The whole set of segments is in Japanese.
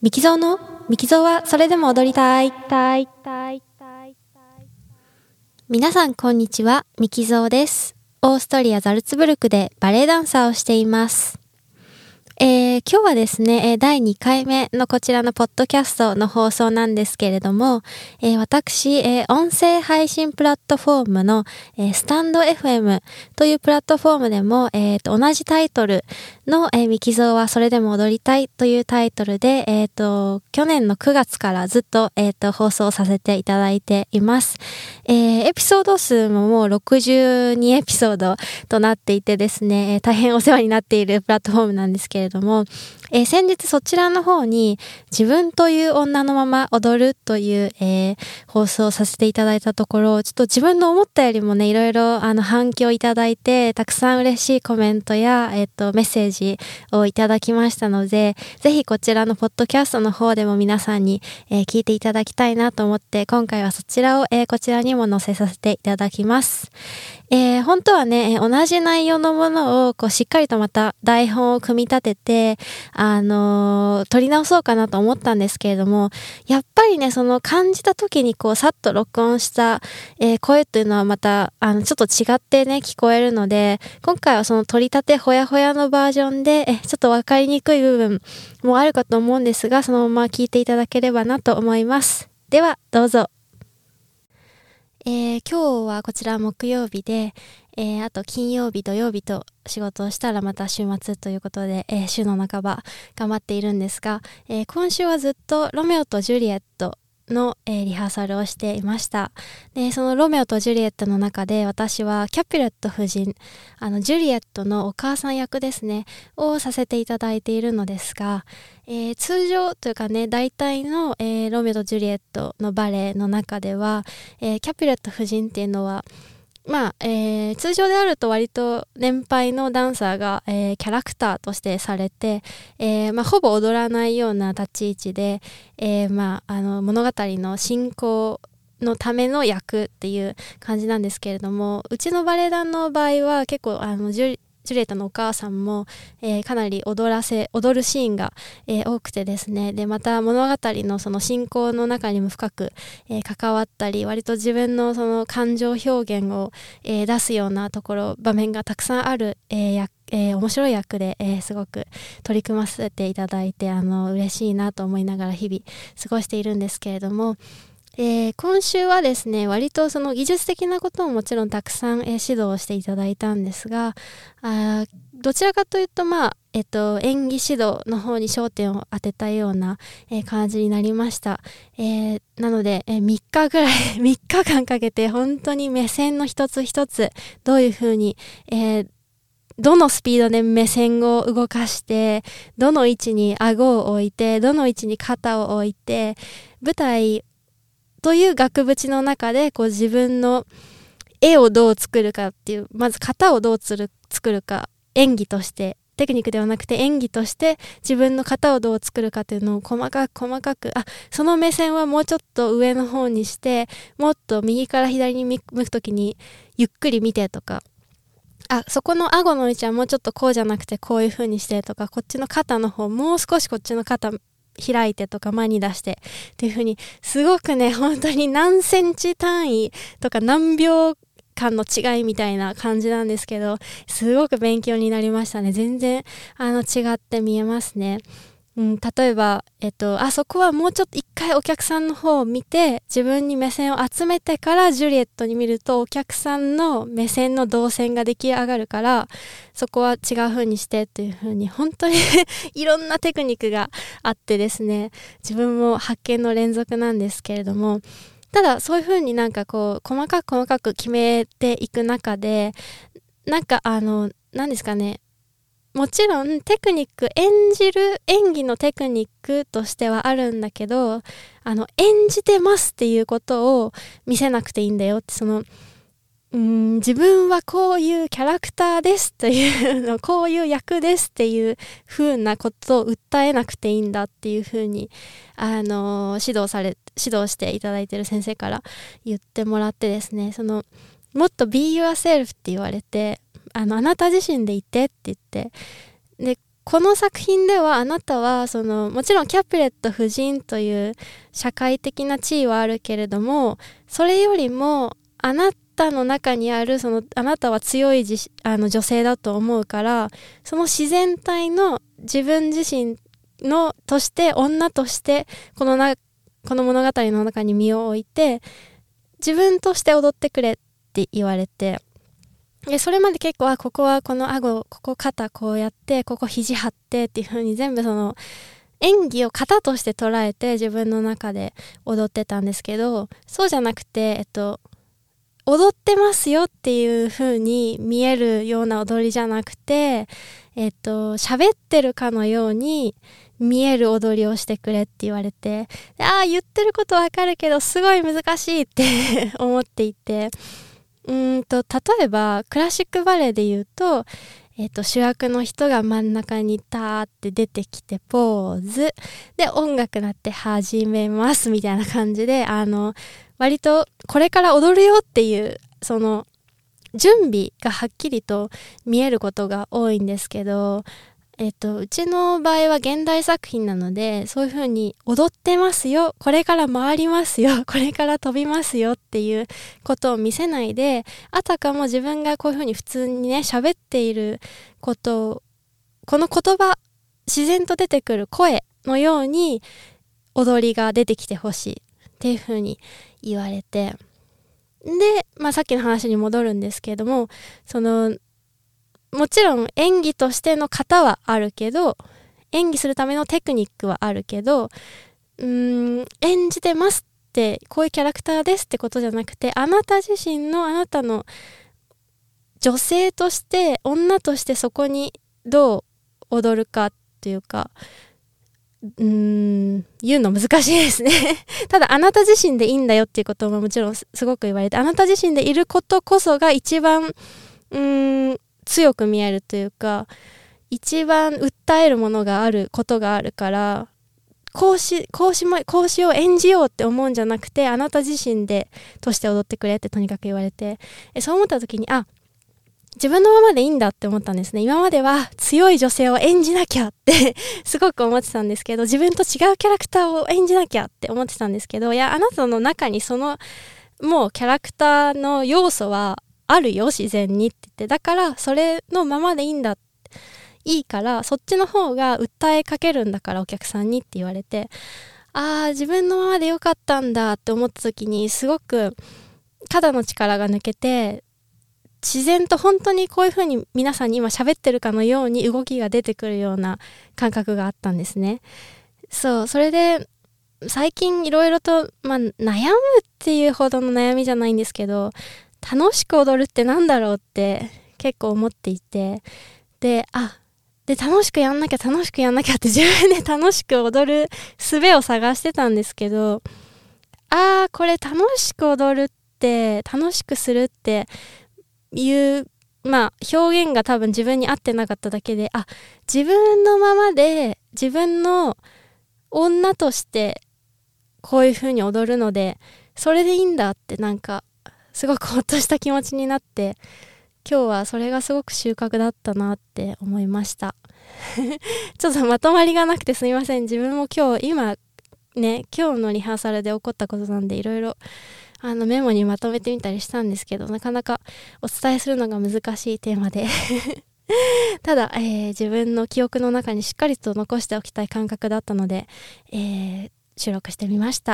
ミキゾーのミキゾーはそれでも踊りたい。皆さんこんにちは、ミキゾーです。オーストリアザルツブルクでバレエダンサーをしています。今日はですね、第2回目のこちらのポッドキャストの放送なんですけれども、私、音声配信プラットフォームの、スタンド FM というプラットフォームでも、同じタイトルの、ミキゾーはそれでも踊りたいというタイトルで、去年の9月からずっと、放送させていただいています。エピソード数ももう62エピソードとなっていてですね、大変お世話になっているプラットフォームなんですけれども、先日そちらの方に自分という女のまま踊るという、放送をさせていただいたところ、ちょっと自分の思ったよりもね、いろいろ反響いただいて、たくさん嬉しいコメントや、メッセージをいただきましたので、ぜひこちらのポッドキャストの方でも皆さんに、聞いていただきたいなと思って、今回はそちらを、こちらにも載せさせていただきます。本当はね、同じ内容のものをこうしっかりとまた台本を組み立てて、撮り直そうかなと思ったんですけれども、やっぱりね、その感じた時にこうさっと録音した、声っていうのはまたちょっと違ってね聞こえるので、今回はその撮り立てほやほやのバージョンでちょっと分かりにくい部分もあるかと思うんですが、そのまま聞いていただければなと思います。ではどうぞ。今日はこちら木曜日で、あと金曜日土曜日と仕事をしたらまた週末ということで、週の半ば頑張っているんですが、今週はずっとロメオとジュリエットの、リハーサルをしていました。で、そのロメオとジュリエットの中で私はキャピュレット夫人、ジュリエットのお母さん役ですねをさせていただいているのですが、通常というかね、大体の、ロメオとジュリエットのバレエの中では、キャピュレット夫人っていうのは通常であると割と年配のダンサーが、キャラクターとしてされて、ほぼ踊らないような立ち位置で、物語の進行のための役っていう感じなんですけれども、うちのバレエ団の場合は結構ジュリエットのお母さんも、かなり踊るシーンが、多くてですね、でまた物語のその進行の中にも深く、関わったり、割と自分のその感情表現を、出すような場面がたくさんある、面白い役で、すごく取り組ませていただいて嬉しいなと思いながら日々過ごしているんですけれども、今週はですね、割とその技術的なことももちろんたくさん、指導をしていただいたんですが、どちらかというと演技指導の方に焦点を当てたような、感じになりました。なので、3日ぐらい3日間かけて本当に目線の一つ一つどういうふうに、どのスピードで目線を動かして、どの位置に顎を置いて、どの位置に肩を置いて、舞台という額縁の中でこう自分の絵をどう作るかっていう、まず型をどう作るか、演技としてテクニックではなくて演技として自分の型をどう作るかっていうのを細かくその目線はもうちょっと上の方にして、もっと右から左に向くときにゆっくり見てとか、そこの顎の位置はもうちょっとこうじゃなくてこういう風にしてとか、こっちの肩の方もう少しこっちの肩開いてとか前に出してっていう風に、すごくね、本当に何センチ単位とか何秒間の違いみたいな感じなんですけど、すごく勉強になりましたね。全然違って見えますね。例えば、そこはもうちょっと一回お客さんの方を見て自分に目線を集めてからジュリエットに見るとお客さんの目線の動線が出来上がるから、そこは違う風にしてっていう風に本当にいろんなテクニックがあってですね、自分も発見の連続なんですけれども、ただそういう風になんかこう細かく決めていく中で、なんか何ですかね、もちろんテクニック、演技のテクニックとしてはあるんだけど、演じてますっていうことを見せなくていいんだよって、自分はこういうキャラクターですというの、こういう役ですっていう風なことを訴えなくていいんだっていう風に指導していただいている先生から言ってもらってですね、もっと be yourself って言われて、あなた自身でいてって言って、でこの作品ではあなたはもちろんキャピュレット夫人という社会的な地位はあるけれども、それよりもあなたの中にあるあなたは強い女性だと思うから、その自然体の自分自身のとして女としてこの物語の中に身を置いて自分として踊ってくれって言われて、でそれまで結構ここはこの顎、ここ肩こうやって、ここ肘張ってっていう風に全部演技を型として捉えて自分の中で踊ってたんですけど、そうじゃなくて踊ってますよっていう風に見えるような踊りじゃなくて、喋ってるかのように見える踊りをしてくれって言われて、言ってることわかるけどすごい難しいって思っていて、例えばクラシックバレエで言うと、主役の人が真ん中にターって出てきてポーズで音楽鳴って始めますみたいな感じで、割とこれから踊るよっていう準備がはっきりと見えることが多いんですけど、うちの場合は現代作品なので、そういう風に踊ってますよ、これから回りますよ、これから飛びますよっていうことを見せないで、あたかも自分がこういう風に普通にね喋っていることを、この言葉、自然と出てくる声のように踊りが出てきてほしいっていう風に言われて、で、さっきの話に戻るんですけれども、もちろん演技としての型はあるけど、演技するためのテクニックはあるけど、演じてますって、こういうキャラクターですってことじゃなくて、あなた自身のあなたの女性として、女としてそこにどう踊るかっていうか、言うの難しいですねただあなた自身でいいんだよっていうことももちろんすごく言われて、あなた自身でいることこそが一番強く見えるというか、一番訴えるものがあることがあるから、こうしよう演じようって思うんじゃなくて、あなた自身でとして踊ってくれってとにかく言われて、そう思った時に自分のままでいいんだって思ったんですね。今までは強い女性を演じなきゃってすごく思ってたんですけど、自分と違うキャラクターを演じなきゃって思ってたんですけど、いや、あなたの中にもうキャラクターの要素はあるよ、自然にって言って、だからそれのままでいいんだ、いいからそっちの方が訴えかけるんだからお客さんにって言われて、自分のままでよかったんだって思った時に、すごく肩の力が抜けて、自然と本当にこういう風に皆さんに今喋ってるかのように動きが出てくるような感覚があったんですね。それで最近いろいろと、悩むっていうほどの悩みじゃないんですけど、楽しく踊るってなんだろうって結構思っていて、で楽しくやんなきゃって自分で楽しく踊る術を探してたんですけど、これ楽しく踊るって楽しくするっていう表現が多分自分に合ってなかっただけで、自分のままで自分の女としてこういう風に踊るのでそれでいいんだって、なんかすごくほっとした気持ちになって、今日はそれがすごく収穫だったなって思いましたちょっとまとまりがなくてすみません。自分も今日のリハーサルで起こったことなんで、いろいろメモにまとめてみたりしたんですけど、なかなかお伝えするのが難しいテーマでただ、自分の記憶の中にしっかりと残しておきたい感覚だったので、収録してみました。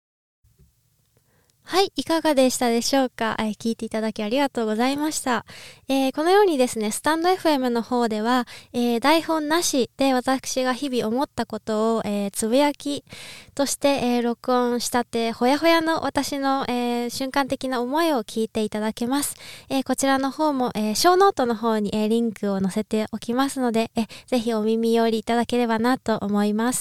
はい、いかがでしたでしょうか。聞いていただきありがとうございました。このようにですね、スタンド FM の方では、台本なしで私が日々思ったことを、つぶやきとして、録音したてほやほやの私の、瞬間的な思いを聞いていただけます。こちらの方も、ショーノートの方に、リンクを載せておきますので、ぜひお耳寄りいただければなと思います。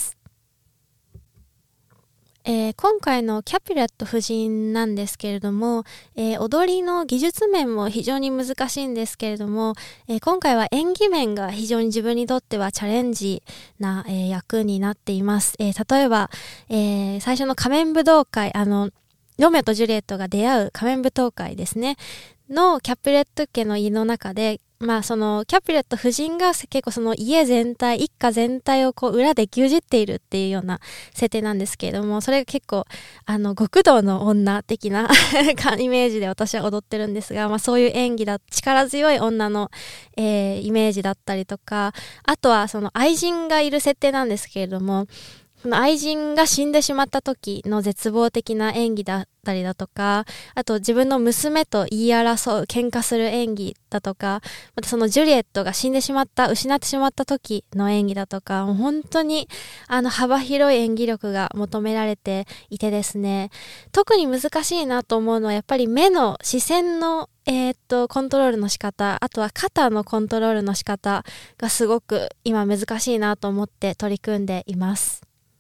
今回のキャピュレット夫人なんですけれども、踊りの技術面も非常に難しいんですけれども、今回は演技面が非常に自分にとってはチャレンジな、役になっています。例えば、最初の仮面舞踏会、ロメオとジュリエットが出会う仮面舞踏会ですねのキャピュレット家の家の中で、 そのキャピュレット夫人が結構その家全体、一家全体をこう裏で牛耳っているっていうような設定なんですけれども、それが結構極道の女的なイメージで私は踊ってるんですが、そういう演技力強い女の、イメージだったりとか、あとはその愛人がいる設定なんですけれども、その愛人が死んでしまった時の絶望的な演技だったりだとか、あと自分の娘と言い争う、喧嘩する演技だとか、またそのジュリエットが死んでしまった、失ってしまった時の演技だとか、もう本当に幅広い演技力が求められていてですね、特に難しいなと思うのはやっぱり目の視線のコントロールの仕方、あとは肩のコントロールの仕方がすごく今難しいなと思って取り組んでいます。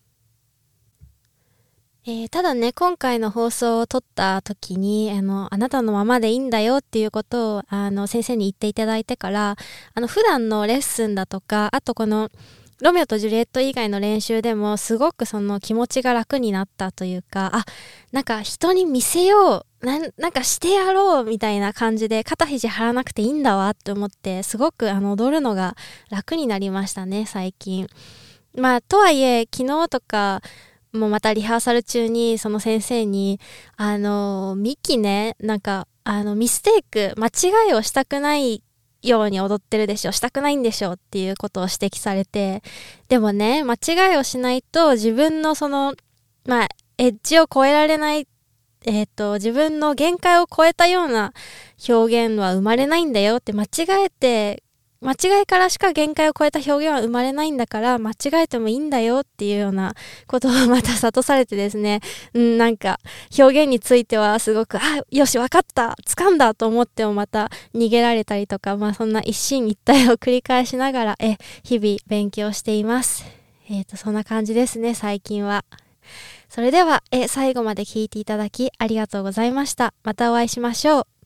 ただね、今回の放送を撮った時に、あなたのままでいいんだよっていうことを、先生に言っていただいてから、普段のレッスンだとか、あとこの、ロミオとジュリエット以外の練習でも、すごくその気持ちが楽になったというか、なんか人に見せよう、なんかしてやろうみたいな感じで、肩肘張らなくていいんだわって思って、すごく踊るのが楽になりましたね、最近。とはいえ、昨日とか、もうまたリハーサル中にその先生にミキね、なんかミステイク、間違いをしたくないように踊ってるでしょ、したくないんでしょっていうことを指摘されて、でもね、間違いをしないと自分のそのエッジを超えられない、自分の限界を超えたような表現は生まれないんだよって、間違いからしか限界を超えた表現は生まれないんだから、間違えてもいいんだよっていうようなことをまた諭されてですね、なんか表現についてはすごく、よし、わかった、掴んだと思ってもまた逃げられたりとか、そんな一進一退を繰り返しながら、日々勉強しています。そんな感じですね、最近は。それでは、最後まで聞いていただきありがとうございました。またお会いしましょう。